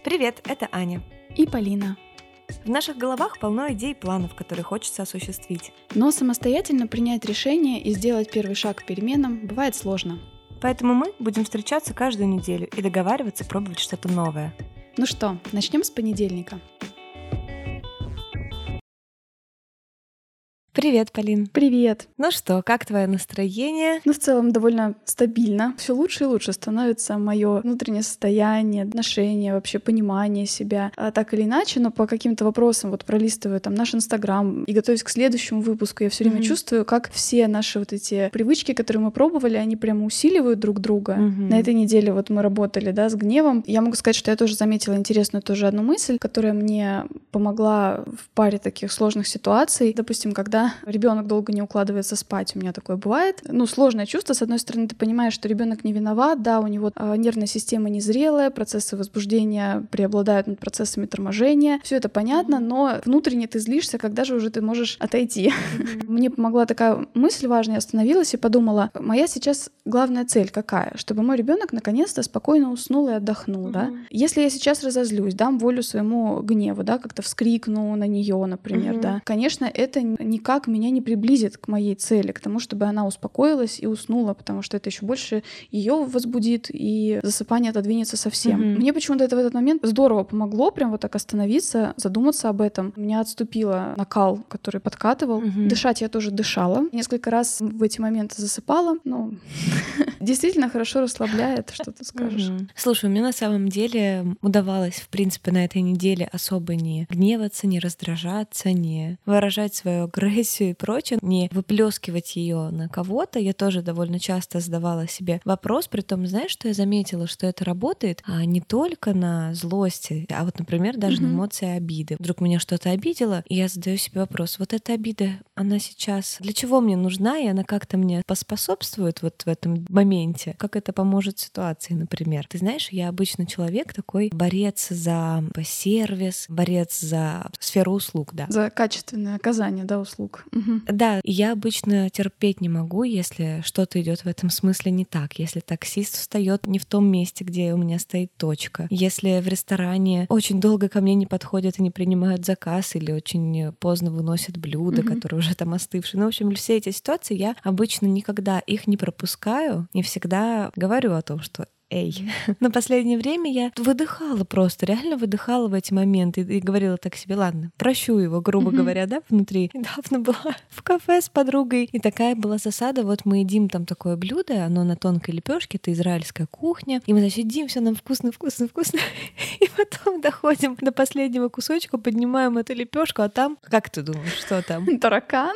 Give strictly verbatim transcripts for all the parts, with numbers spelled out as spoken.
Привет, это Аня. И Полина. В наших головах полно идей и планов, которые хочется осуществить. Но самостоятельно принять решение и сделать первый шаг к переменам бывает сложно. Поэтому мы будем встречаться каждую неделю и договариваться пробовать что-то новое. Ну что, начнем с понедельника. Привет, Полин. Привет. Ну что, как твое настроение? Ну, в целом, довольно стабильно. Все лучше и лучше становится мое внутреннее состояние, отношение, вообще понимание себя. А так или иначе, но по каким-то вопросам, вот пролистываю там наш Инстаграм и готовясь к следующему выпуску, я все время mm-hmm. чувствую, как все наши вот эти привычки, которые мы пробовали, они прямо усиливают друг друга. Mm-hmm. На этой неделе вот мы работали, да, с гневом. Я могу сказать, что я тоже заметила интересную тоже одну мысль, которая мне помогла в паре таких сложных ситуаций. Допустим, когда ребенок долго не укладывается спать, у меня такое бывает. Ну, сложное чувство. С одной стороны, ты понимаешь, что ребенок не виноват, да, у него э, нервная система незрелая, процессы возбуждения преобладают над процессами торможения. Все это понятно, но внутренне ты злишься, когда же уже ты можешь отойти. Mm-hmm. Мне помогла такая мысль важная, я остановилась и подумала, моя сейчас главная цель какая? Чтобы мой ребенок наконец-то спокойно уснул и отдохнул, mm-hmm. да? Если я сейчас разозлюсь, дам волю своему гневу, да, как-то вскрикну на нее, например, mm-hmm. да, конечно, это никак меня не приблизит к моей цели, к тому, чтобы она успокоилась и уснула, потому что это еще больше ее возбудит, и засыпание отодвинется совсем. Mm-hmm. Мне почему-то это в этот момент здорово помогло прям вот так остановиться, задуматься об этом. У меня отступило накал, который подкатывал. Mm-hmm. Дышать я тоже дышала. Несколько раз в эти моменты засыпала. Ну, действительно хорошо расслабляет, что ты скажешь. Mm-hmm. Слушай, мне на самом деле удавалось, в принципе, на этой неделе особо не гневаться, не раздражаться, не выражать свою агрессию и прочее, не выплескивать ее на кого-то. Я тоже довольно часто задавала себе вопрос, при том, знаешь, что я заметила, что это работает а не только на злости, а вот, например, даже mm-hmm. на эмоции обиды. Вдруг меня что-то обидело, и я задаю себе вопрос, вот эта обида, она сейчас для чего мне нужна, и она как-то мне поспособствует вот в этом моменте, как это поможет ситуации, например. Ты знаешь, я обычно человек такой борец за сервис, борец за сферу услуг, да. За качественное оказание, да, услуг. Угу. Да, я обычно терпеть не могу, если что-то идет в этом смысле не так. Если таксист встает не в том месте, где у меня стоит точка. Если в ресторане очень долго ко мне не подходят и не принимают заказ, или очень поздно выносят блюда, угу. которые уже там остывшие. Ну, в общем, все эти ситуации я обычно никогда их не пропускаю и всегда говорю о том, что эй. На последнее время я выдыхала просто, реально выдыхала в эти моменты и, и говорила так себе, ладно, прощу его, грубо mm-hmm. говоря, да, внутри. Недавно была в кафе с подругой, и такая была засада, вот мы едим там такое блюдо, оно на тонкой лепешке, это израильская кухня, и мы, значит, едим, все нам вкусно, вкусно, вкусно, и потом доходим до последнего кусочка, поднимаем эту лепешку, а там, как ты думаешь, что там? Таракан?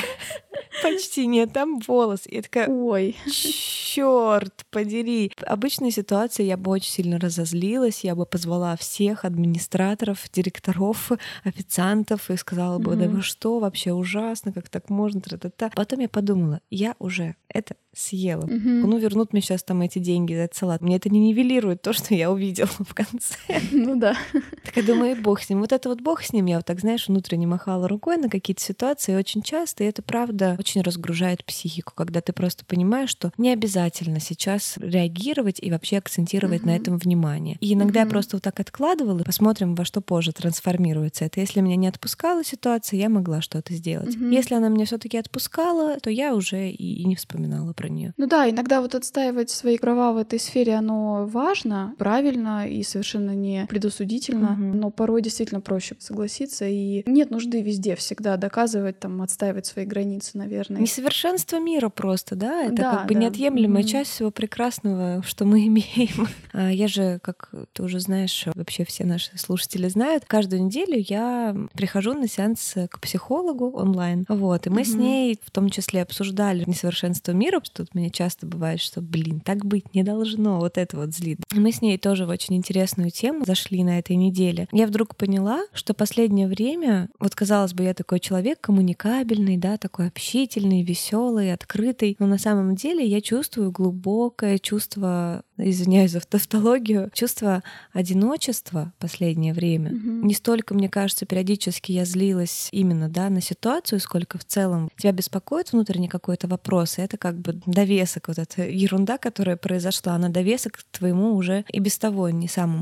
Почти нет, там волос. И я такая, ой, чёрт подери. В обычной ситуации я бы очень сильно разозлилась, я бы позвала всех администраторов, директоров, официантов и сказала бы, mm-hmm. да вы что, вообще ужасно, как так можно, тра-та-та. Потом я подумала, я уже это съела. Mm-hmm. Ну, вернут мне сейчас там эти деньги за этот салат. Мне это не нивелирует то, что я увидела в конце. Ну да. Так я думаю, и бог с ним. Вот это вот бог с ним. Я вот так, знаешь, внутренне махала рукой на какие-то ситуации очень часто, и это правда очень разгружает психику, когда ты просто понимаешь, что не обязательно сейчас реагировать и вообще акцентировать mm-hmm. на этом внимание. И иногда mm-hmm. я просто вот так откладывала, и посмотрим, во что позже трансформируется это. Если меня не отпускала ситуация, я могла что-то сделать. Mm-hmm. Если она меня все-таки отпускала, то я уже и, и не вспоминала про нее. Ну да, иногда вот отстаивать свои права в этой сфере, оно важно, правильно и совершенно не предосудительно, mm-hmm. но порой действительно проще согласиться, и нет нужды везде всегда доказывать, там, отстаивать свои границы, наверное. Несовершенство мира просто, да? Это да, как бы да. неотъемлемая mm-hmm. часть всего прекрасного, что мы имеем. А я же, как ты уже знаешь, вообще все наши слушатели знают, каждую неделю я прихожу на сеанс к психологу онлайн, вот, и мы mm-hmm. с ней в том числе обсуждали несовершенство мира, что тут мне часто бывает, что, блин, так быть не должно, вот это вот злит. Мы с ней тоже в очень интересную тему зашли на этой неделе. Я вдруг поняла, что последнее время, вот казалось бы, я такой человек коммуникабельный, да, такой общительный, веселый, открытый, но на самом деле я чувствую глубокое чувство, извиняюсь за тавтологию, чувство одиночества в последнее время. Mm-hmm. Не столько, мне кажется, периодически я злилась именно, да, на ситуацию, сколько в целом тебя беспокоит внутренний какой-то вопрос, и это как бы довесок, вот эта ерунда, которая произошла, она довесок к твоему уже и без того не самому прекрасному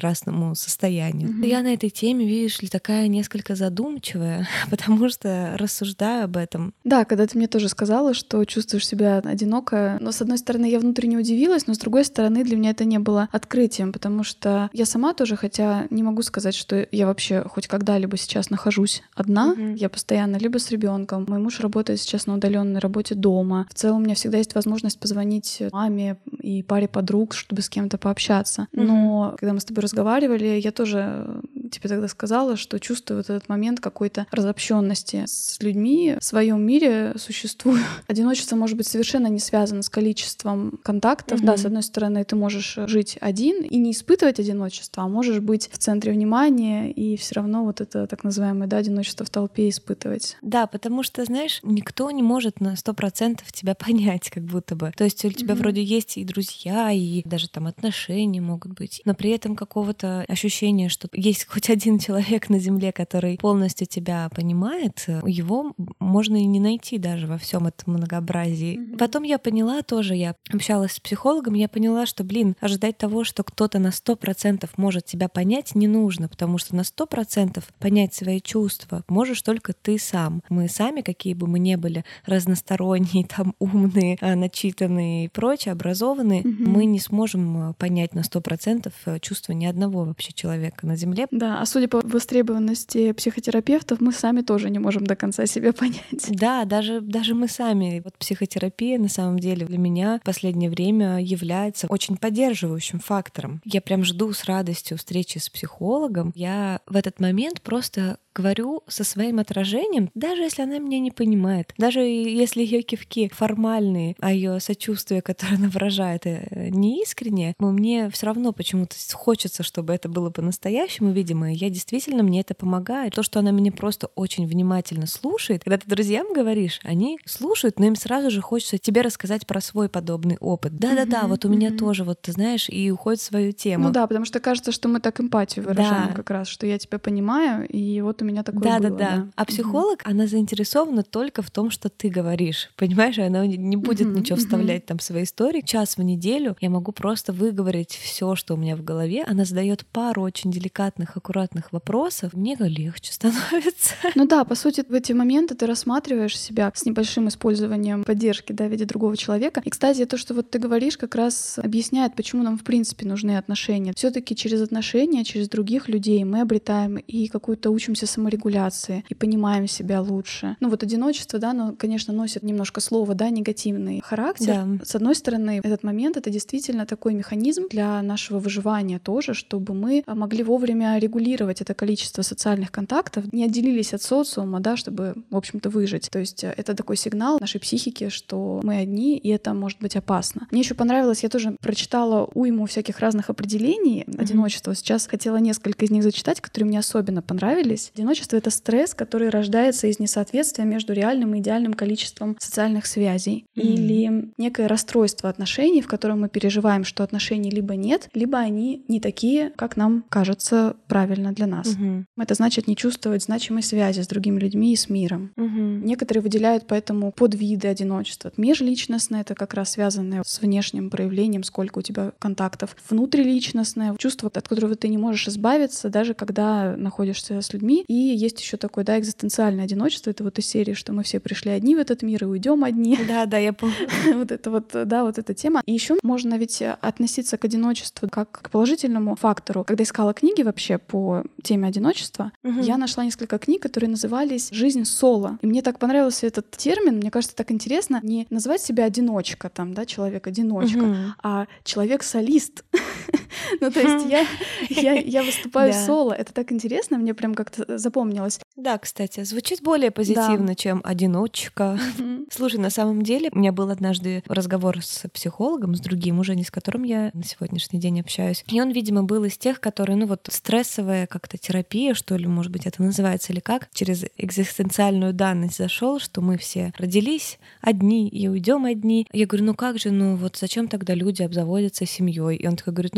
прекрасному состоянию. Мгм. Я на этой теме, видишь ли, такая несколько задумчивая, потому что рассуждаю об этом. Да, когда ты мне тоже сказала, что чувствуешь себя одиноко, но с одной стороны я внутренне удивилась, но с другой стороны для меня это не было открытием, потому что я сама тоже, хотя не могу сказать, что я вообще хоть когда-либо сейчас нахожусь одна, Мгм. я постоянно либо с ребенком, мой муж работает сейчас на удаленной работе дома. В целом у меня всегда есть возможность позвонить маме и паре подруг, чтобы с кем-то пообщаться. Мгм. Но когда мы с тобой разговаривали, я тоже тебе тогда сказала, что чувствую вот этот момент какой-то разобщенности с людьми в своем мире существую. Одиночество может быть совершенно не связано с количеством контактов. Мгм. Да, с одной стороны, ты можешь жить один и не испытывать одиночество, а можешь быть в центре внимания и все равно вот это так называемое, да, одиночество в толпе испытывать. Да, потому что, знаешь, никто не может на сто процентов тебя понять, как будто бы. То есть у тебя Мгм. вроде есть и друзья, и даже там отношения могут быть, но при этом какого-то ощущения, что есть хоть один человек на Земле, который полностью тебя понимает, его можно и не найти даже во всем этом многообразии. Мгм. Потом я поняла тоже, я общалась с психологом, я поняла, что, блин, ожидать того, что кто-то на сто процентов может тебя понять, не нужно, потому что на сто процентов понять свои чувства можешь только ты сам. Мы сами, какие бы мы ни были, разносторонние, там умные, а, начитанные и прочее, образованные, Мгм. мы не сможем а, понять на сто процентов чувства ни одного вообще человека на Земле. Да, а судя по востребованности психотерапевтов, мы сами тоже не можем до конца себя понять. Да, даже, даже мы сами. Вот психотерапия на самом деле для меня в последнее время является очень поддерживающим фактором. Я прям жду с радостью встречи с психологом. Я в этот момент просто говорю со своим отражением, даже если она меня не понимает, даже если ее кивки формальные, а ее сочувствие, которое она выражает, не искреннее, но мне все равно почему-то хочется, чтобы это было по-настоящему, видимо, и я действительно, мне это помогает. То, что она меня просто очень внимательно слушает, когда ты друзьям говоришь, они слушают, но им сразу же хочется тебе рассказать про свой подобный опыт. Да-да-да, Мгм, вот у меня мгм. тоже, вот ты знаешь, и уходит в свою тему. Ну да, потому что кажется, что мы так эмпатию выражаем Да. как раз, что я тебя понимаю, и вот у меня такое Да, было. да, да. Да. А психолог, она заинтересована только в том, что ты говоришь. Понимаешь, она не- не будет Мгм, ничего мгм. вставлять там в свои истории. Час в неделю я могу просто выговорить все, что у меня в голове. Она задает пару очень деликатных, аккуратных вопросов. Мне легче становится. Ну да, по сути, в эти моменты ты рассматриваешь себя с небольшим использованием поддержки, да, в виде другого человека. И, кстати, то, что вот ты говоришь, как раз объясняет, почему нам в принципе нужны отношения. Все-таки через отношения, через других людей мы обретаем и какую-то учимся саморегуляции, и понимаем себя лучше. Ну вот одиночество, да, оно, конечно, носит немножко слово, да, негативный характер. Да. С одной стороны, этот момент — это действительно такой механизм для нашего выживания тоже, чтобы мы могли вовремя регулировать это количество социальных контактов, не отделились от социума, да, чтобы, в общем-то, выжить. То есть это такой сигнал нашей психики, что мы одни, и это может быть опасно. Мне еще понравилось, я тоже прочитала уйму всяких разных определений одиночества. Сейчас хотела несколько из них зачитать, которые мне особенно понравились. Одиночество — это стресс, который рождается из несоответствия между реальным и идеальным количеством социальных связей. Мгм. Или некое расстройство отношений, в котором мы переживаем, что отношений либо нет, либо они не такие, как нам кажется правильно для нас. Мгм. Это значит не чувствовать значимой связи с другими людьми и с миром. Мгм. Некоторые выделяют поэтому подвиды одиночества. Межличностное — это как раз связанное с внешним проявлением, сколько у тебя контактов. Внутриличностное — чувство, от которого ты не можешь избавиться, даже когда находишься с людьми. И есть еще такое, да, экзистенциальное одиночество. Это вот из серии, что мы все пришли одни в этот мир и уйдем одни. Да, да, я помню. Вот это вот, да, вот эта тема. И еще можно ведь относиться к одиночеству как к положительному фактору. Когда искала книги вообще по теме одиночества, Мгм. я нашла несколько книг, которые назывались «Жизнь соло». И мне так понравился этот термин. Мне кажется, так интересно не называть себя одиночка, там, да, человек-одиночка, Мгм. а человек-солист. Ну, то есть я, я, я выступаю Да. соло. Это так интересно, мне прям как-то запомнилось. Да, кстати, звучит более позитивно, чем одиночка. Мгм. Слушай, на самом деле, у меня был однажды разговор с психологом, с другим уже, не с которым я на сегодняшний день общаюсь. И он, видимо, был из тех, которые, ну вот, стрессовая как-то терапия, что ли, может быть, это называется или как, через экзистенциальную данность зашел, что мы все родились одни и уйдем одни. Я говорю, ну как же, ну вот зачем тогда люди обзаводятся семьей? И он такой говорит, ну вот раньше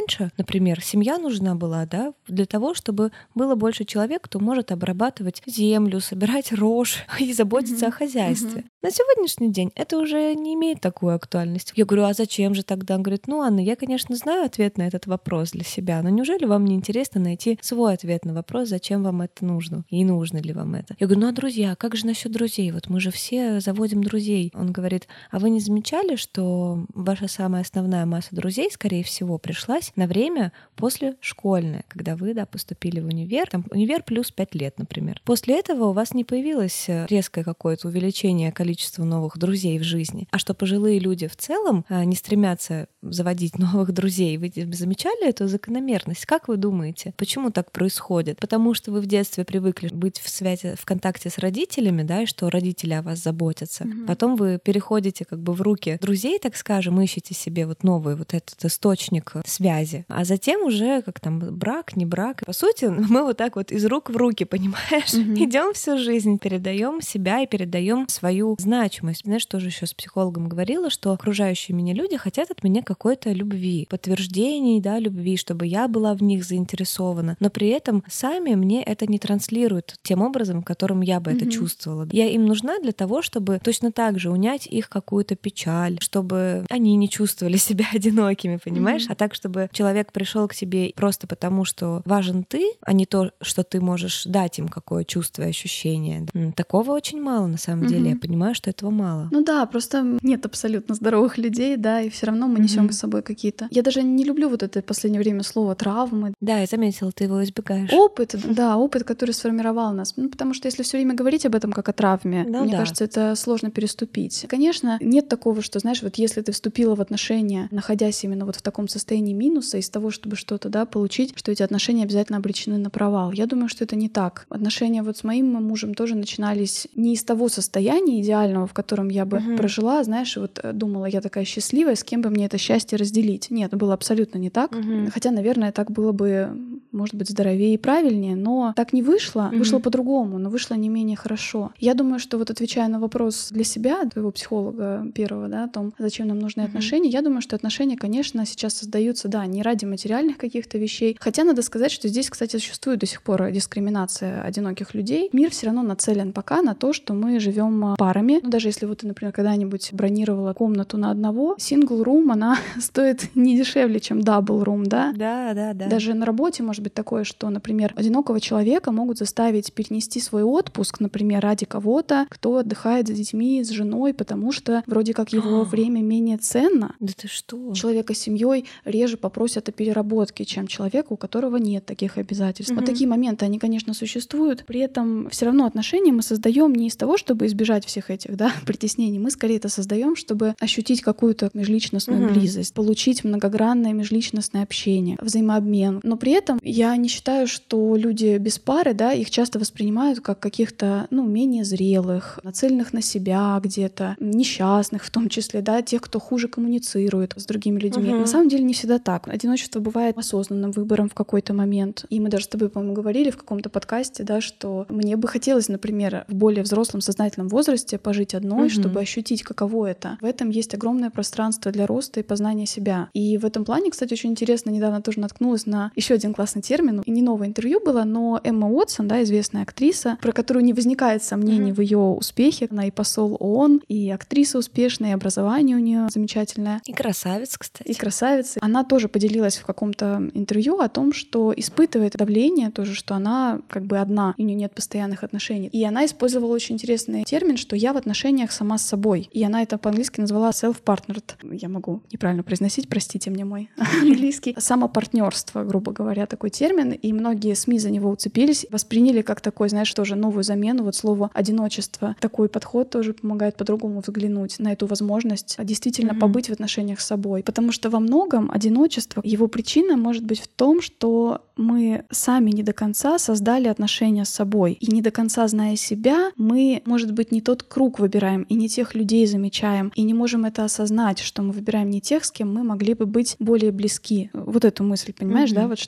раньше, например, семья нужна была, да, для того, чтобы было больше человек, кто может обрабатывать землю, собирать рожь и заботиться Мгм. о хозяйстве. Мгм. На сегодняшний день это уже не имеет такую актуальность. Я говорю, а зачем же тогда? Он говорит, ну, Анна, я, конечно, знаю ответ на этот вопрос для себя, но неужели вам не интересно найти свой ответ на вопрос, зачем вам это нужно и нужно ли вам это? Я говорю, ну, а друзья, как же насчет друзей? Вот мы же все заводим друзей. Он говорит, а вы не замечали, что ваша самая основная масса друзей, скорее всего, пришлась на время после школьное, когда вы, да, поступили в универ, там универ плюс пять лет, например. После этого у вас не появилось резкое какое-то увеличение количества новых друзей в жизни, а что пожилые люди в целом а, не стремятся заводить новых друзей. Вы замечали эту закономерность? Как вы думаете, почему так происходит? Потому что вы в детстве привыкли быть в связи, в контакте с родителями, да, и что родители о вас заботятся. Мгм. Потом вы переходите как бы в руки друзей, так скажем, ищете себе вот новый вот этот источник связи. А затем уже как там брак, не брак. По сути, мы вот так вот из рук в руки, понимаешь, Мгм. идем всю жизнь, передаем себя и передаем свою значимость. Знаешь, тоже еще с психологом говорила, что окружающие меня люди хотят от меня какой-то любви, подтверждений, да, любви, чтобы я была в них заинтересована, но при этом сами мне это не транслируют тем образом, которым я бы это Мгм. чувствовала. Я им нужна для того, чтобы точно так же унять их какую-то печаль, чтобы они не чувствовали себя одинокими, понимаешь? Мгм. А так, чтобы человек пришел к тебе просто потому, что важен ты, а не то, что ты можешь дать им какое чувство и ощущение. М, Такого очень мало на самом деле. Я Мгм. понимаю, что этого мало. Ну да, просто нет абсолютно здоровых людей, да, и все равно мы несем Мгм. с собой какие-то. Я даже не люблю вот это в последнее время слово травмы. Да, я заметила, ты его избегаешь. Опыт, да, опыт, который сформировал нас. Ну, потому что если все время говорить об этом как о травме, Ну мне да. кажется, это сложно переступить. Конечно, нет такого, что, знаешь, вот если ты вступила в отношения, находясь именно вот в таком состоянии минуса, из того, чтобы что-то, да, получить, что эти отношения обязательно обречены на провал. Я думаю, что это не так. Отношения вот с моим мужем тоже начинались не из того состояния идеального, в котором я бы Мгм. прожила, знаешь, вот э, думала, я такая счастливая, с кем бы мне это счастье разделить. Нет, было абсолютно не так. Мгм. Хотя, наверное, так было бы, может быть, здоровее и правильнее, но так не вышло. Мгм. Вышло по-другому, но вышло не менее хорошо. Я думаю, что вот отвечая на вопрос для себя, твоего психолога первого, да, о том, зачем нам нужны Мгм. отношения, я думаю, что отношения, конечно, сейчас создаются, да, не ради материальных каких-то вещей. Хотя надо сказать, что здесь, кстати, существует до сих пор дискриминация одиноких людей. Мир все равно нацелен пока на то, что мы живем парами. Ну, даже если вот ты, например, когда-нибудь бронировала комнату на одного, single room, она стоит не дешевле, чем double room, да? Да, да, да. Даже на работе может быть такое, что, например, одинокого человека могут заставить перенести свой отпуск, например, ради кого-то, кто отдыхает с детьми, с женой, потому что вроде как его время менее ценно. Да ты что? Человека с семьей реже попросят о переработке, чем человека, у которого нет таких обязательств. Вот Мгм. такие моменты, они, конечно, существуют. При этом все равно отношения мы создаем не из того, чтобы избежать всех этих, да, притеснений. Мы скорее это создаем, чтобы ощутить какую-то межличностную Мгм. близость, получить многогранное межличностное общение, взаимообмен. Но при этом я не считаю, что люди без пары, да, их часто воспринимают как каких-то, ну, менее зрелых, нацеленных на себя где-то, несчастных в том числе, да, тех, кто хуже коммуницирует с другими людьми. Мгм. На самом деле не всегда так. Одиночество бывает осознанным выбором в какой-то момент. И мы даже с тобой, по-моему, говорили в каком-то подкасте, да, что мне бы хотелось, например, в более взрослом сознательном возрасте пожить одной, Мгм. чтобы ощутить, каково это. В этом есть огромное пространство для роста и познания себя. И в этом плане, кстати, очень интересно, недавно тоже наткнулась на еще один классный термин. И не новое интервью было, но Эмма Уотсон, да, известная актриса, про которую не возникает сомнений Мгм. в ее успехе. Она и посол ООН, и актриса успешная, и образование у нее замечательное. И красавец, кстати. И красавица. Она тоже поделилась в каком-то интервью о том, что испытывает давление тоже, что она как бы одна, и у нее нет постоянных отношений. И она использовала очень интересный термин, что я в отношениях сама с собой. И она это по-английски назвала self-partnered. Я могу неправильно произносить, простите мне мой английский. Самопартнерство, грубо говоря, такой термин. И многие СМИ за него уцепились, восприняли как такой, знаешь, тоже новую замену вот слову одиночество. Такой подход тоже помогает по-другому взглянуть на эту возможность действительно Мгм. побыть в отношениях с собой. Потому что во многом одиночество, его причина может быть в том, что мы сами не до конца создали отношения с собой. И не до конца зная себя, мы, может быть, не тот круг выбираем, и не тех людей замечаем, и не можем это осознать, что мы выбираем не тех, с кем мы могли бы быть более близки. Вот эту мысль, понимаешь, Мгм. да, вот что я пытаюсь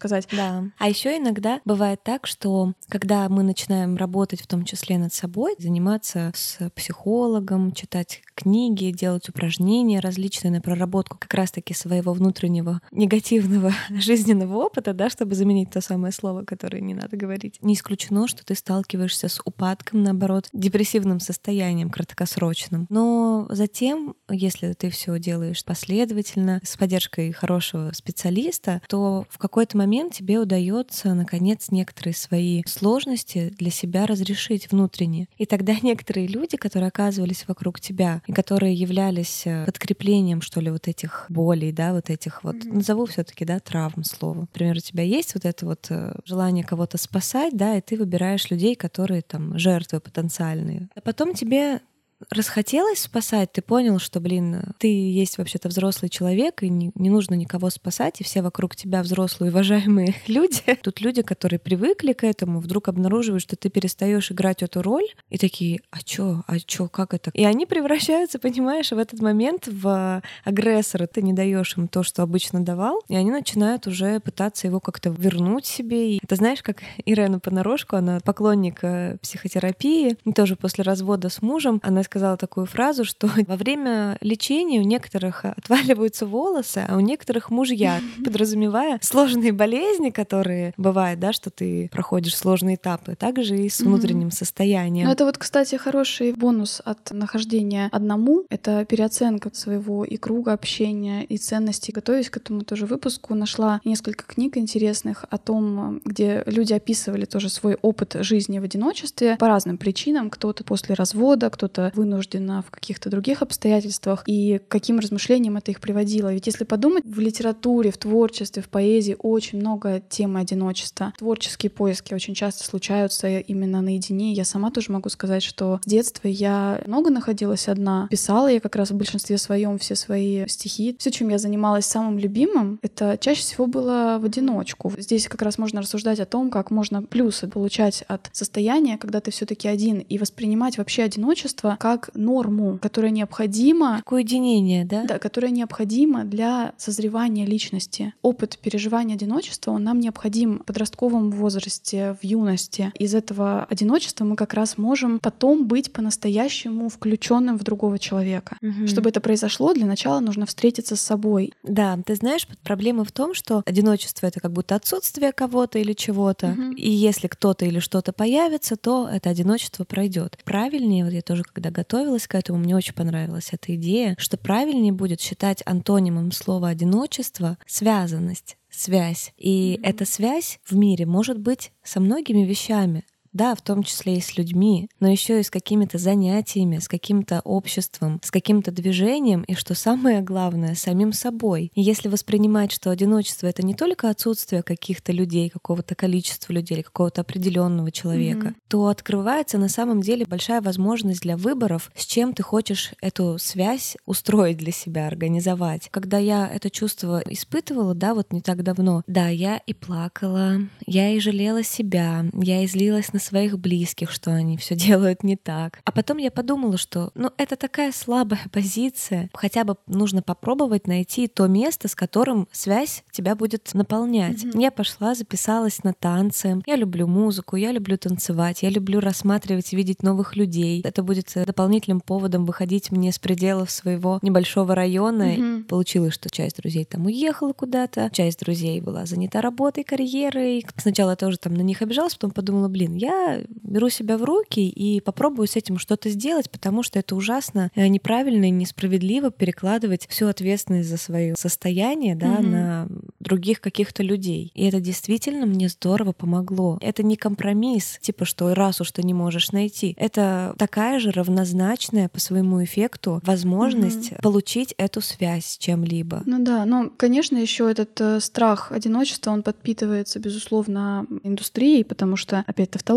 сказать. Да. А еще иногда бывает так, что когда мы начинаем работать в том числе над собой, заниматься с психологом, читать книги, делать упражнения различные на проработку как раз-таки своего внутреннего негативного жизненного опыта, да, чтобы заменить то самое слово, которое не надо говорить. Не исключено, что ты сталкиваешься с упадком, наоборот, депрессивным состоянием краткосрочным. Но затем, если ты все делаешь последовательно, с поддержкой хорошего специалиста, то в какой-то момент тебе удается, наконец, некоторые свои сложности для себя разрешить внутренне. И тогда некоторые люди, которые оказывались вокруг тебя, и которые являлись подкреплением, что ли, вот этих болей, да, вот этих вот, mm-hmm. назову все-таки, да, травм слово. Например, у тебя есть вот это вот желание кого-то спасать, да, и ты выбираешь людей, которые там жертвы потенциальные. А потом тебе расхотелось спасать, ты понял, что, блин, ты есть вообще-то взрослый человек, и не, не нужно никого спасать, и все вокруг тебя взрослые, уважаемые люди. Тут люди, которые привыкли к этому, вдруг обнаруживают, что ты перестаешь играть эту роль, и такие, а чё, а чё, как это? И они превращаются, понимаешь, в этот момент в агрессора. Ты не даешь им то, что обычно давал, и они начинают уже пытаться его как-то вернуть себе. И это знаешь, как Ирена Понарошку, она поклонник психотерапии, и тоже после развода с мужем, она сказала такую фразу, что во время лечения у некоторых отваливаются волосы, а у некоторых мужья, подразумевая сложные болезни, которые бывают, да, что ты проходишь сложные этапы, также и с внутренним состоянием. Ну, это вот, кстати, хороший бонус от нахождения одному. Это переоценка своего и круга общения, и ценностей. Готовясь к этому тоже выпуску, нашла несколько книг интересных о том, где люди описывали тоже свой опыт жизни в одиночестве по разным причинам. Кто-то после развода, кто-то вынуждена в каких-то других обстоятельствах, и к каким размышлениям это их приводило. Ведь если подумать, в литературе, в творчестве, в поэзии очень много темы одиночества. Творческие поиски очень часто случаются именно наедине. Я сама тоже могу сказать, что с детства я много находилась одна. Писала я как раз в большинстве своем все свои стихи. Все, чем я занималась самым любимым, это чаще всего было в одиночку. Здесь как раз можно рассуждать о том, как можно плюсы получать от состояния, когда ты все-таки один, и воспринимать вообще одиночество как норму, которая необходима. Как уединение, да? Да, которая необходима для созревания личности. Опыт переживания одиночества, он нам необходим в подростковом возрасте, в юности. Из этого одиночества мы как раз можем потом быть по-настоящему включенным в другого человека. Угу. Чтобы это произошло, для начала нужно встретиться с собой. Да, ты знаешь, проблема в том, что одиночество — это как будто отсутствие кого-то или чего-то. Угу. И если кто-то или что-то появится, то это одиночество пройдет. Правильнее, вот я тоже когда готовилась к этому, мне очень понравилась эта идея, что правильнее будет считать антонимом слова «одиночество» связанность, связь. И mm-hmm. эта связь в мире может быть со многими вещами. Да, в том числе и с людьми, но еще и с какими-то занятиями, с каким-то обществом, с каким-то движением и, что самое главное, самим собой. И если воспринимать, что одиночество — это не только отсутствие каких-то людей, какого-то количества людей или какого-то определенного человека, mm-hmm. то открывается на самом деле большая возможность для выборов, с чем ты хочешь эту связь устроить для себя, организовать. Когда я это чувство испытывала, да, вот не так давно, да, я и плакала, я и жалела себя, я и злилась на своих близких, что они все делают не так. А потом я подумала, что ну это такая слабая позиция. Хотя бы нужно попробовать найти то место, с которым связь тебя будет наполнять. Mm-hmm. Я пошла, записалась на танцы. Я люблю музыку, я люблю танцевать, я люблю рассматривать и видеть новых людей. Это будет дополнительным поводом выходить мне с пределов своего небольшого района. Mm-hmm. Получилось, что часть друзей там уехала куда-то, часть друзей была занята работой, карьерой. Сначала я тоже там на них обижалась, потом подумала, блин, я беру себя в руки и попробую с этим что-то сделать, потому что это ужасно неправильно и несправедливо перекладывать всю ответственность за свое состояние, да, mm-hmm. на других каких-то людей. И это действительно мне здорово помогло. Это не компромисс, типа, что раз уж ты не можешь найти. Это такая же равнозначная по своему эффекту возможность mm-hmm. получить эту связь с чем-либо. Ну да, но, конечно, еще этот э, страх одиночества, он подпитывается, безусловно, индустрией, потому что, опять, тавтология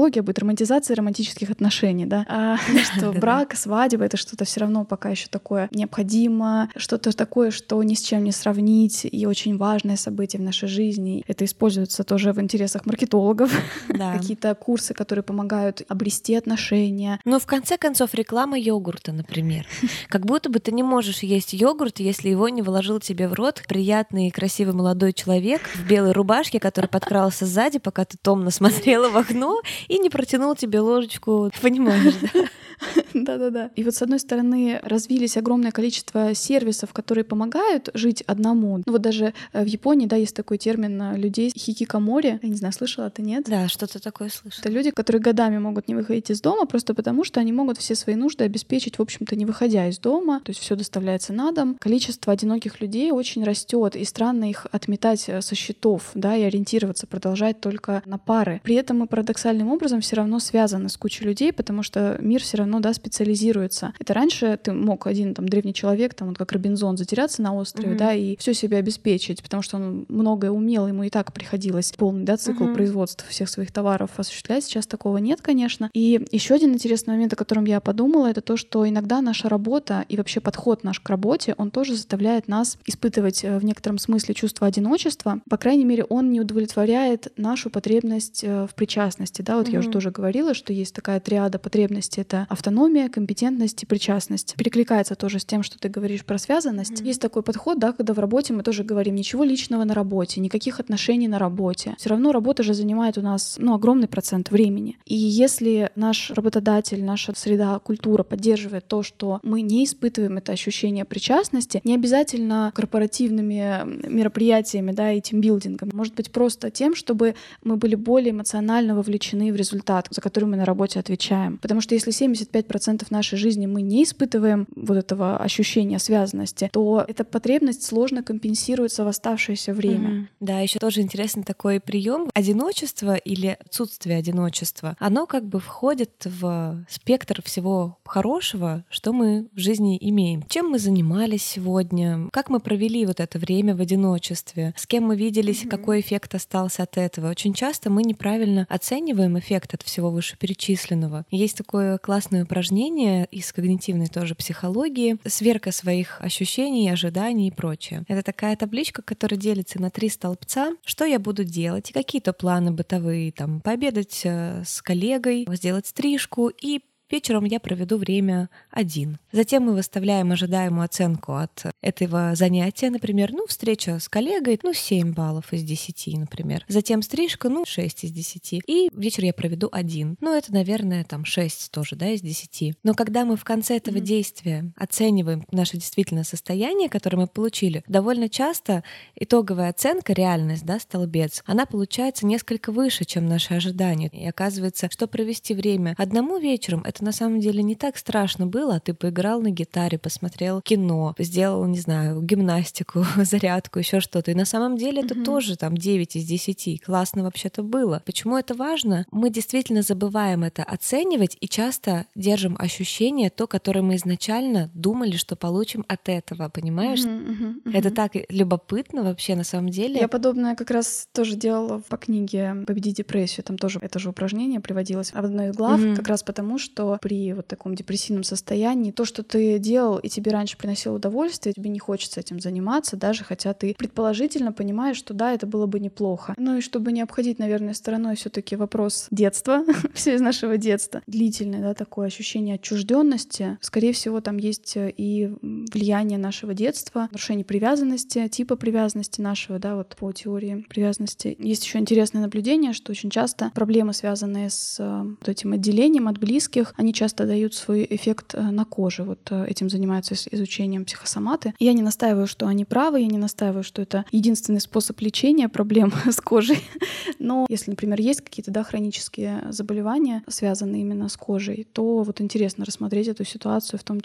психология будет романтизация романтических отношений, да, а, что брак, свадьба — это что-то все равно пока еще такое необходимо, что-то такое, что ни с чем не сравнить, и очень важное событие в нашей жизни. Это используется тоже в интересах маркетологов. Да. Какие-то курсы, которые помогают обрести отношения. Но в конце концов реклама йогурта, например. Как будто бы ты не можешь есть йогурт, если его не вложил тебе в рот приятный и красивый молодой человек в белой рубашке, который подкрался сзади, пока ты томно смотрела в окно и не протянул тебе ложечку. Понимаешь, да? Да-да-да. И вот с одной стороны развились огромное количество сервисов, которые помогают жить одному. Ну вот даже в Японии, да, есть такой термин людей хикикамори. Я не знаю, слышала ты, нет? Да, что-то такое слышала. Это люди, которые годами могут не выходить из дома просто потому, что они могут все свои нужды обеспечить, в общем-то, не выходя из дома. То есть все доставляется на дом. Количество одиноких людей очень растет, и странно их отметать со счетов, да, и ориентироваться, продолжать только на пары. При этом мы парадоксальным образом все равно связаны с кучей людей, потому что мир все равно, да, специализируется. Это раньше ты мог один там древний человек, там вот как Робинзон, затеряться на острове, mm-hmm. да, и все себе обеспечить, потому что он многое умел, ему и так приходилось полный, да, цикл mm-hmm. производства всех своих товаров осуществлять. Сейчас такого нет, конечно. И еще один интересный момент, о котором я подумала, это то, что иногда наша работа и вообще подход наш к работе, он тоже заставляет нас испытывать в некотором смысле чувство одиночества. По крайней мере, он не удовлетворяет нашу потребность в причастности, да, вот mm-hmm. я уже тоже говорила, что есть такая триада потребностей — это автономия, компетентность и причастность. Перекликается тоже с тем, что ты говоришь про связанность. Mm-hmm. Есть такой подход, да, когда в работе мы тоже говорим ничего личного на работе, никаких отношений на работе. Все равно работа же занимает у нас, ну, огромный процент времени. И если наш работодатель, наша среда, культура поддерживает то, что мы не испытываем это ощущение причастности, не обязательно корпоративными мероприятиями, да, и тимбилдингом, может быть просто тем, чтобы мы были более эмоционально вовлечены в результат, за который мы на работе отвечаем. Потому что если семьдесят пять процентов нашей жизни мы не испытываем вот этого ощущения связанности, то эта потребность сложно компенсируется в оставшееся время. Mm-hmm. Да, еще тоже интересный такой прием. Одиночество или отсутствие одиночества, оно как бы входит в спектр всего хорошего, что мы в жизни имеем. Чем мы занимались сегодня, как мы провели вот это время в одиночестве, с кем мы виделись, mm-hmm. какой эффект остался от этого. Очень часто мы неправильно оцениваем эффект от всего вышеперечисленного. Есть такое классное упражнение из когнитивной тоже психологии, сверка своих ощущений, ожиданий и прочее. Это такая табличка, которая делится на три столбца. Что я буду делать, и какие-то планы бытовые, там, пообедать с коллегой, сделать стрижку, и вечером я проведу время один. Затем мы выставляем ожидаемую оценку от этого занятия, например, ну, встреча с коллегой, ну, семь баллов из десяти, например. Затем стрижка, ну, шесть из десяти. И вечер я проведу один. Ну, это, наверное, там шесть тоже, да, из десяти. Но когда мы в конце этого mm-hmm. действия оцениваем наше действительно состояние, которое мы получили, довольно часто итоговая оценка, реальность, да, столбец, она получается несколько выше, чем наши ожидания. И оказывается, что провести время одному вечером — это на самом деле не так страшно было. Ты поиграл на гитаре, посмотрел кино, сделал, не знаю, гимнастику, зарядку, еще что-то. И на самом деле это mm-hmm. тоже там девять из десяти. Классно вообще-то было. Почему это важно? Мы действительно забываем это оценивать и часто держим ощущение, то, которое мы изначально думали, что получим от этого, понимаешь? Mm-hmm, mm-hmm, mm-hmm. Это так любопытно вообще на самом деле. Я подобное как раз тоже делала по книге «Победи депрессию». Там тоже это же упражнение приводилось в одной из глав, mm-hmm. как раз потому, что при вот таком депрессивном состоянии то, что ты делал и тебе раньше приносило удовольствие, тебе не хочется этим заниматься, даже хотя ты предположительно понимаешь, что да, это было бы неплохо. Ну и чтобы не обходить, наверное, стороной все-таки вопрос детства, все из нашего детства, длительное, да, такое ощущение отчужденности, скорее всего, там есть и влияние нашего детства, нарушение привязанности, типа привязанности нашего, да, вот по теории привязанности. Есть еще интересное наблюдение, что очень часто проблемы, связанные с вот этим отделением от близких, они часто дают свой эффект на коже. Вот этим занимаются изучением психосоматы. Я не настаиваю, что они правы, я не настаиваю, что это единственный способ лечения проблем с кожей. Но если, например, есть какие-то, да, хронические заболевания, связанные именно с кожей, то вот интересно рассмотреть эту ситуацию в том числе.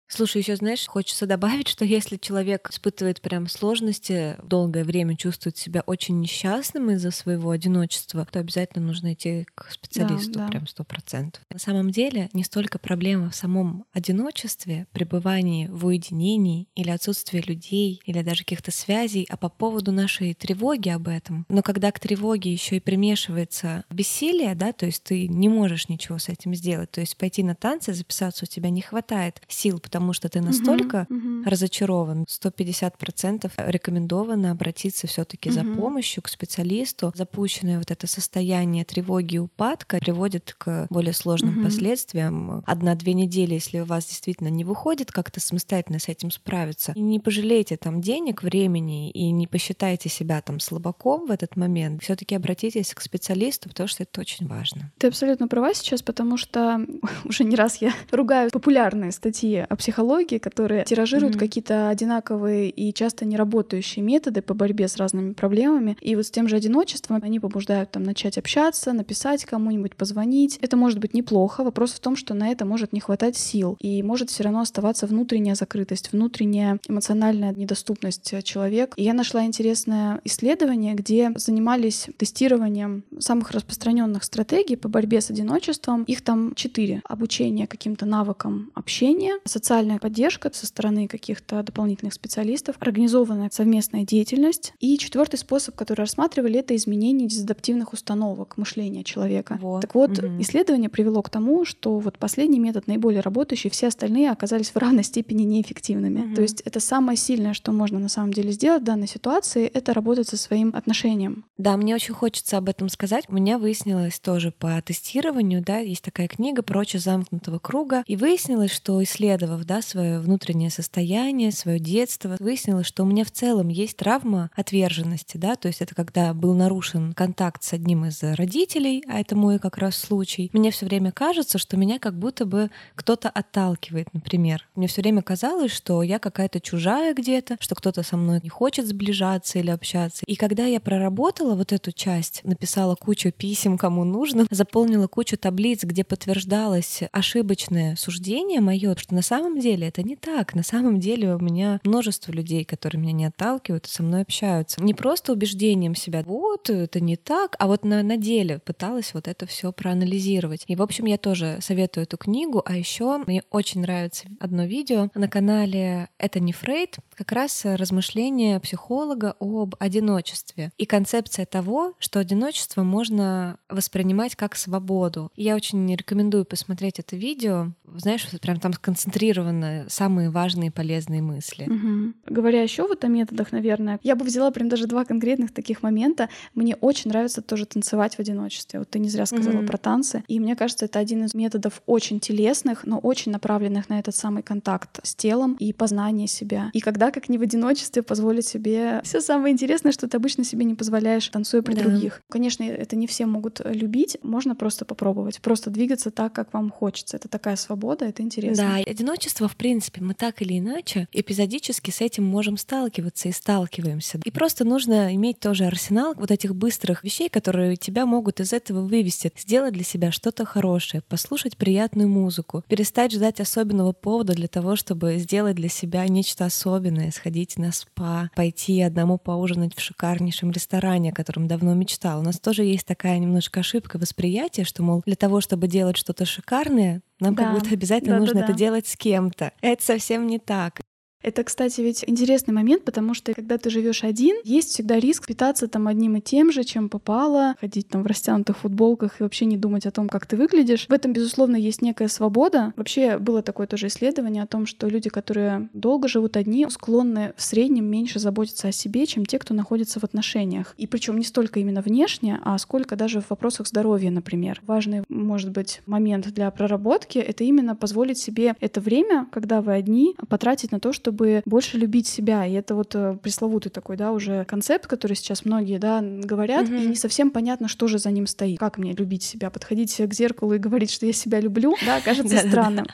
Слушай, еще знаешь, хочется добавить, что если человек испытывает прям сложности, долгое время чувствует себя очень несчастным из-за своего одиночества, то обязательно нужно идти к специалисту, Да, да. прям сто процентов. На самом деле не столько проблема в самом одиночестве, пребывании в уединении или отсутствии людей, или даже каких-то связей, а по поводу нашей тревоги об этом. Но когда к тревоге еще и примешивается бессилие, да, то есть ты не можешь ничего с этим сделать, то есть пойти на танцы, записаться у тебя не хватает сил, потому что ты настолько Мгм, мгм. разочарован, сто пятьдесят процентов рекомендовано обратиться все-таки за Мгм. помощью к специалисту. Запущенное вот это состояние тревоги и упадка приводит к более сложным Мгм. последствиям. Одна-две недели, если у вас действительно не выходит как-то самостоятельно с этим справиться, и не пожалейте там денег, времени и не посчитайте себя там слабаком в этот момент, все-таки обратитесь к специалисту, потому что это очень важно. Ты абсолютно права сейчас, потому что уже не раз я ругаю популярные статьи о психологии, которые тиражируют Мгм. какие-то одинаковые и часто неработающие методы по борьбе с разными проблемами. И вот с тем же одиночеством они побуждают там начать общаться, написать кому-нибудь, позвонить. Это может быть неплохо. Вопрос в том, что на это может не хватать сил. И может все равно оставаться внутренняя закрытость, внутренняя эмоциональная недоступность человека. И я нашла интересное исследование, где занимались тестированием самых распространенных стратегий по борьбе с одиночеством. Их там четыре. Обучение каким-то навыкам общения, социальная поддержка со стороны каких-то дополнительных специалистов, организованная совместная деятельность. И четвертый способ, который рассматривали, это изменение дезадаптивных установок мышления человека. Во. Так вот, Мгм. исследование привело к тому, что вот последний метод наиболее работающий, все остальные оказались в равной степени неэффективными. Мгм. То есть это самое сильное, что можно на самом деле сделать в данной ситуации, это работать со своим отношением. Да, мне очень хочется об этом сказать. У меня выяснилось тоже по тестированию, да, есть такая книга «Прочь из замкнутого круга», и выяснилось, что исследовав, да, свое внутреннее состояние, свое детство, выяснилось, что у меня в целом есть травма отверженности, да, то есть это когда был нарушен контакт с одним из родителей, а это мой как раз случай. Мне все время кажется, что меня как будто бы кто-то отталкивает, например. Мне все время казалось, что я какая-то чужая где-то, что кто-то со мной не хочет сближаться или общаться. И когда я проработала вот эту часть, написала кучу писем, кому нужно, заполнила кучу таблиц, где подтверждалось ошибочное суждение мое, что на самом деле это не так. На самом деле у меня множество людей, которые меня не отталкивают и со мной общаются. Не просто убеждением себя, вот это не так, а вот на, на деле пыталась вот это все проанализировать. И, в общем, я тоже советую эту книгу, а еще мне очень нравится одно видео на канале «Это не Фрейд», как раз размышления психолога об одиночестве и концепция того, что одиночество можно воспринимать как свободу. И я очень рекомендую посмотреть это видео. Знаешь, прям там сконцентрированы самые важные и полезные мысли. Мгм. Говоря еще вот о методах, наверное, я бы взяла прям даже два конкретных таких момента. Мне очень нравится тоже танцевать в одиночестве. Вот ты не зря сказала Мгм. про танцы. И мне кажется, это один из методов очень телесных, но очень направленных на этот самый контакт с телом и познание себя. И когда, как не в одиночестве, позволить себе все самое интересное, что ты обычно себе не позволяешь, танцуя при Да. других. Конечно, это не все могут любить. Можно просто попробовать. Просто двигаться так, как вам хочется. Это такая свобода, это интересно. Да, и одиночество, в принципе, мы так или иначе эпизодически с этим можем сталкиваться и сталкиваемся. И просто нужно иметь тоже арсенал вот этих быстрых вещей, которые тебя могут из этого вывести, сделать для себя что-то хорошее, послушать приятную музыку, перестать ждать особенного повода для того, чтобы сделать для себя нечто особенное, сходить на спа, пойти одному поужинать в шикарнейшем ресторане, о котором давно мечтал. У нас тоже есть такая немножко ошибка восприятия, что, мол, для того, чтобы делать что-то шикарное, нам Да, как будто обязательно да, нужно да, это да. делать с кем-то. Это совсем не так. Это, кстати, ведь интересный момент, потому что когда ты живешь один, есть всегда риск питаться там одним и тем же, чем попало, ходить там в растянутых футболках и вообще не думать о том, как ты выглядишь. В этом, безусловно, есть некая свобода. Вообще было такое тоже исследование о том, что люди, которые долго живут одни, склонны в среднем меньше заботиться о себе, чем те, кто находится в отношениях. И причем не столько именно внешне, а сколько даже в вопросах здоровья, например. Важный, может быть, момент для проработки — это именно позволить себе это время, когда вы одни, потратить на то, чтобы больше любить себя. И это вот э, пресловутый такой, да, уже концепт, который сейчас многие, да, говорят, Мгм. и не совсем понятно, что же за ним стоит. Как мне любить себя? Подходить к зеркалу и говорить, что я себя люблю, да, кажется Да-да-да. странным.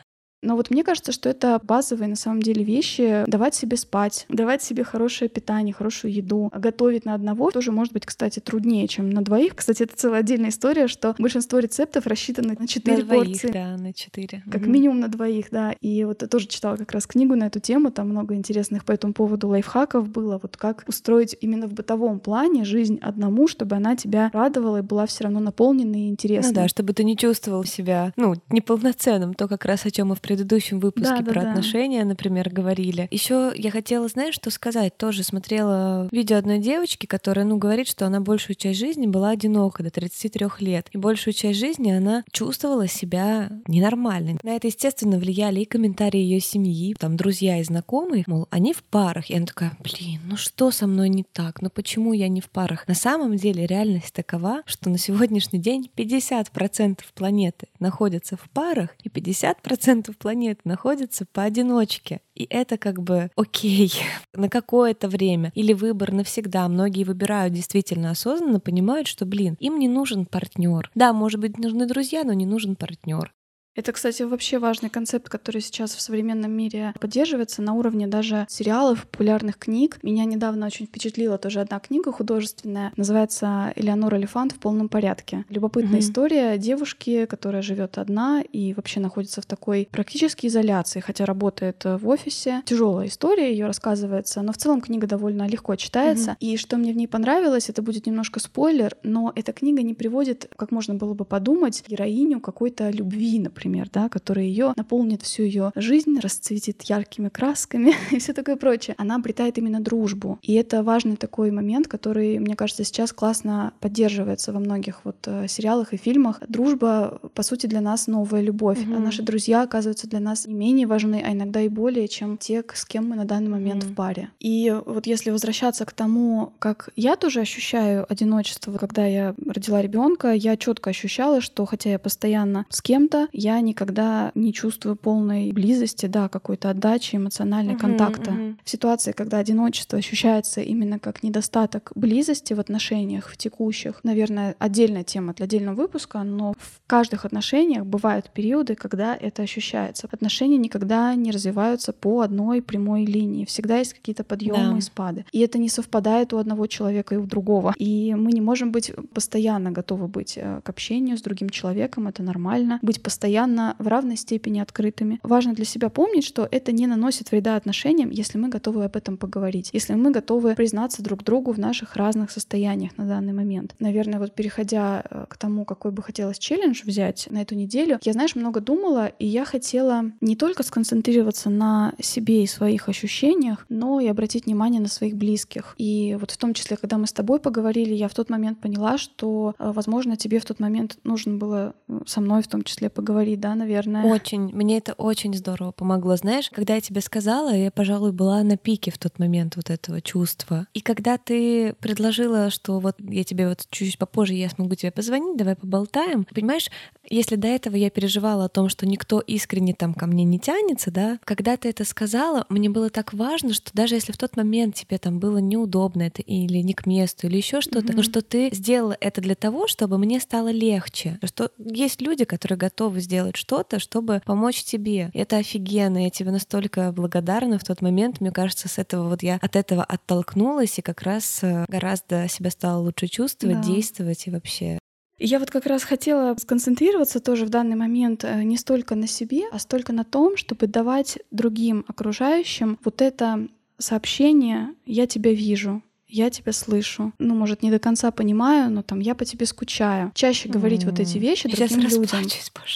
Но вот мне кажется, что это базовые на самом деле вещи. Давать себе спать, давать себе хорошее питание, хорошую еду. Готовить на одного тоже может быть, кстати, труднее, чем на двоих. Кстати, это целая отдельная история, что большинство рецептов рассчитаны на четыре на двоих, порции. Да, на четыре. Как угу. минимум на двоих, да. И вот я тоже читала как раз книгу на эту тему, там много интересных по этому поводу лайфхаков было. Вот как устроить именно в бытовом плане жизнь одному, чтобы она тебя радовала и была все равно наполненной и интересной. Ну да, чтобы ты не чувствовал себя, ну, неполноценным, то как раз о чем мы в предыдущем выпуске да, да, про да. отношения, например, говорили. Еще я хотела, знаешь, что сказать? Тоже смотрела видео одной девочки, которая, ну, говорит, что она большую часть жизни была одинока до тридцати трёх лет. И большую часть жизни она чувствовала себя ненормальной. На это, естественно, влияли и комментарии ее семьи, там, друзья и знакомые, мол, они в парах. И она такая, блин, ну что со мной не так? Ну почему я не в парах? На самом деле реальность такова, что на сегодняшний день пятьдесят процентов планеты находятся в парах, и пятьдесят процентов планеты находятся поодиночке. И это как бы окей на какое-то время или выбор навсегда. Многие выбирают действительно осознанно, понимают, что, блин, им не нужен партнер. Да, может быть, нужны друзья, но не нужен партнер. Это, кстати, вообще важный концепт, который сейчас в современном мире поддерживается на уровне даже сериалов, популярных книг. Меня недавно очень впечатлила тоже одна книга художественная, называется «Элеонора Элефант в полном порядке». Любопытная mm-hmm. история девушки, которая живет одна и вообще находится в такой практически изоляции, хотя работает в офисе. Тяжелая история, ее рассказывается, но в целом книга довольно легко читается. Mm-hmm. И что мне в ней понравилось, это будет немножко спойлер, но эта книга не приводит, как можно было бы подумать, героиню какой-то любви, например. Например, да, который ее наполнит всю ее жизнь, расцветит яркими красками и все такое прочее. Она обретает именно дружбу. И это важный такой момент, который, мне кажется, сейчас классно поддерживается во многих вот сериалах и фильмах. Дружба, по сути, для нас новая любовь. Mm-hmm. А наши друзья, оказываются, для нас не менее важны, а иногда и более, чем те, с кем мы на данный момент mm-hmm. в паре. И вот если возвращаться к тому, как я тоже ощущаю одиночество, когда я родила ребенка, я четко ощущала, что хотя я постоянно с кем-то, я никогда не чувствую полной близости, да, какой-то отдачи, эмоциональной, uh-huh, контакта. Uh-huh. В ситуации, когда одиночество ощущается именно как недостаток близости в отношениях, в текущих, наверное, отдельная тема для отдельного выпуска, но в каждых отношениях бывают периоды, когда это ощущается. Отношения никогда не развиваются по одной прямой линии. Всегда есть какие-то подъемы да. и спады. И это не совпадает у одного человека и у другого. И мы не можем быть постоянно готовы быть к общению с другим человеком, это нормально. Быть постоянно в равной степени открытыми. Важно для себя помнить, что это не наносит вреда отношениям, если мы готовы об этом поговорить, если мы готовы признаться друг другу в наших разных состояниях на данный момент. Наверное, вот переходя к тому, какой бы хотелось челлендж взять на эту неделю, я, знаешь, много думала, и я хотела не только сконцентрироваться на себе и своих ощущениях, но и обратить внимание на своих близких. И вот в том числе, когда мы с тобой поговорили, я в тот момент поняла, что, возможно, тебе в тот момент нужно было со мной в том числе поговорить, да, наверное. Очень. Мне это очень здорово помогло. Знаешь, когда я тебе сказала, я, пожалуй, была на пике в тот момент вот этого чувства. И когда ты предложила, что вот я тебе вот чуть-чуть попозже я смогу тебе позвонить, давай поболтаем. Понимаешь, если до этого я переживала о том, что никто искренне там ко мне не тянется, да, когда ты это сказала, мне было так важно, что даже если в тот момент тебе там было неудобно это или не к месту, или еще что-то, mm-hmm. но что ты сделала это для того, чтобы мне стало легче. Что есть люди, которые готовы сделать что-то, чтобы помочь тебе. И это офигенно. Я тебе настолько благодарна в тот момент. Мне кажется, с этого вот я от этого оттолкнулась и как раз гораздо себя стала лучше чувствовать, да. действовать и вообще. Я вот как раз хотела сконцентрироваться тоже в данный момент не столько на себе, а столько на том, чтобы давать другим окружающим вот это сообщение «я тебя вижу». Я тебя слышу. Ну, может, не до конца понимаю, но там я по тебе скучаю. Чаще mm-hmm. говорить вот эти вещи другим Сейчас людям. Расплачусь, боже.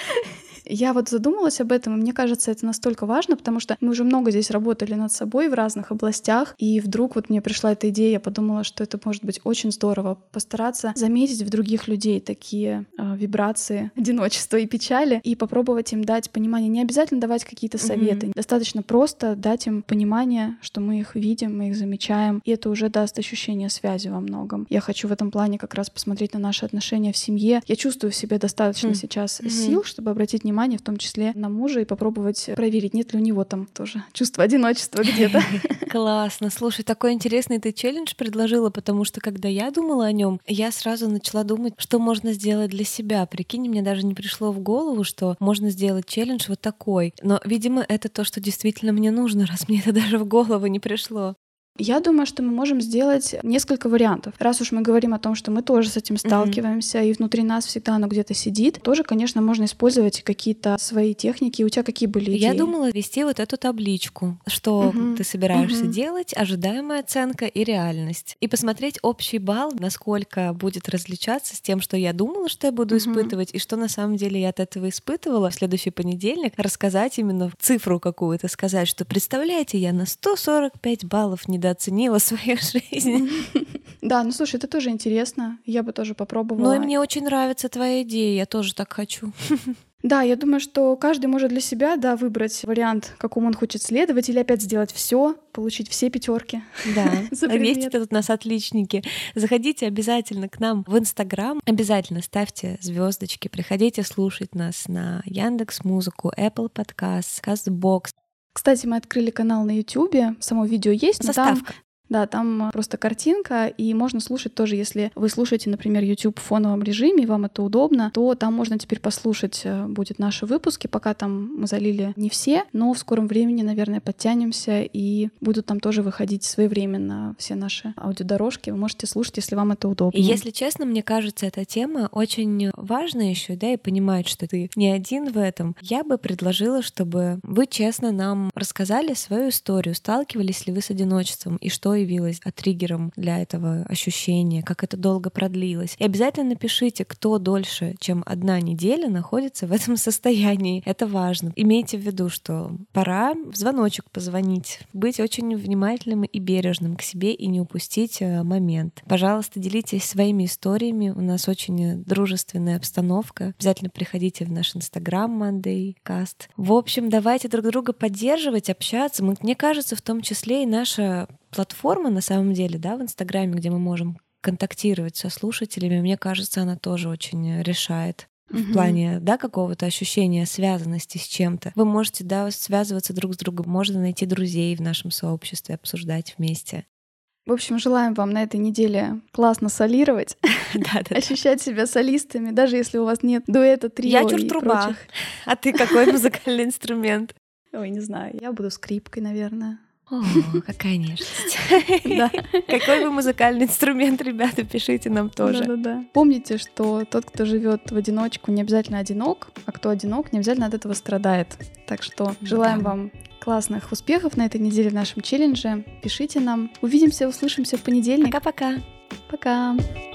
Я вот задумалась об этом, и мне кажется, это настолько важно, потому что мы уже много здесь работали над собой в разных областях, и вдруг вот мне пришла эта идея, я подумала, что это может быть очень здорово постараться заметить в других людей такие э, вибрации одиночества и печали, и попробовать им дать понимание. Не обязательно давать какие-то советы, mm-hmm. достаточно просто дать им понимание, что мы их видим, мы их замечаем, и это уже даст ощущение связи во многом. Я хочу в этом плане как раз посмотреть на наши отношения в семье. Я чувствую в себе достаточно mm-hmm. сейчас сил, чтобы обратить внимание внимание в том числе на мужа и попробовать проверить, нет ли у него там тоже чувство одиночества где-то. Классно. Слушай, такой интересный ты челлендж предложила, потому что когда я думала о нем, я сразу начала думать, что можно сделать для себя. Прикинь, мне даже не пришло в голову, что можно сделать челлендж вот такой. Но, видимо, это то, что действительно мне нужно, раз мне это даже в голову не пришло. Я думаю, что мы можем сделать несколько вариантов. Раз уж мы говорим о том, что мы тоже с этим сталкиваемся, mm-hmm. и внутри нас всегда оно где-то сидит, тоже, конечно, можно использовать какие-то свои техники. У тебя какие были идеи? Я думала вести вот эту табличку, что mm-hmm. ты собираешься mm-hmm. делать, ожидаемая оценка и реальность. И посмотреть общий балл, насколько будет различаться с тем, что я думала, что я буду mm-hmm. испытывать, и что на самом деле я от этого испытывала. В следующий понедельник рассказать именно цифру какую-то, сказать, что, представляете, я на сто сорок пять баллов недооценила свою жизнь. Да, ну слушай, это тоже интересно. Я бы тоже попробовала. Ну и мне очень нравится твоя идея, я тоже так хочу. Да, я думаю, что каждый может для себя, да, выбрать вариант, какому он хочет следовать, или опять сделать все, получить все пятерки. Да, вместе тут у нас отличники. Заходите обязательно к нам в Инстаграм, обязательно ставьте звездочки, приходите слушать нас на Яндекс.Музыку, Apple Podcast, Castbox. Кстати, мы открыли канал на Ютубе, само видео есть, но Заставка. Там... Да, там просто картинка, и можно слушать тоже, если вы слушаете, например, YouTube в фоновом режиме, и вам это удобно, то там можно теперь послушать будет наши выпуски. Пока там мы залили не все, но в скором времени, наверное, подтянемся, и будут там тоже выходить своевременно все наши аудиодорожки. Вы можете слушать, если вам это удобно. И если честно, мне кажется, эта тема очень важна еще, да, и понимать, что ты не один в этом. Я бы предложила, чтобы вы честно нам рассказали свою историю, сталкивались ли вы с одиночеством, и что явилось триггером для этого ощущения, как это долго продлилось. И обязательно напишите, кто дольше, чем одна неделя, находится в этом состоянии. Это важно. Имейте в виду, что пора в звоночек позвонить, быть очень внимательным и бережным к себе и не упустить момент. Пожалуйста, делитесь своими историями. У нас очень дружественная обстановка. Обязательно приходите в наш Инстаграм MondayCast. В общем, давайте друг друга поддерживать, общаться. Мне кажется, в том числе и наша платформа, на самом деле, да, в Инстаграме, где мы можем контактировать со слушателями, мне кажется, она тоже очень решает mm-hmm. в плане, да, какого-то ощущения связанности с чем-то. Вы можете, да, связываться друг с другом, можно найти друзей в нашем сообществе, обсуждать вместе. В общем, желаем вам на этой неделе классно солировать, ощущать себя солистами, даже если у вас нет дуэта, трио и прочих. Я чур-труба. А ты какой музыкальный инструмент? Ой, не знаю, я буду скрипкой, наверное. О, какая нежность. Да. Какой вы музыкальный инструмент, ребята, пишите нам тоже. Да-да-да. Помните, что тот, кто живет в одиночку, не обязательно одинок, а кто одинок, не обязательно от этого страдает. Так что желаем да. вам классных успехов на этой неделе в нашем челлендже. Пишите нам. Увидимся, услышимся в понедельник. Пока-пока. Пока.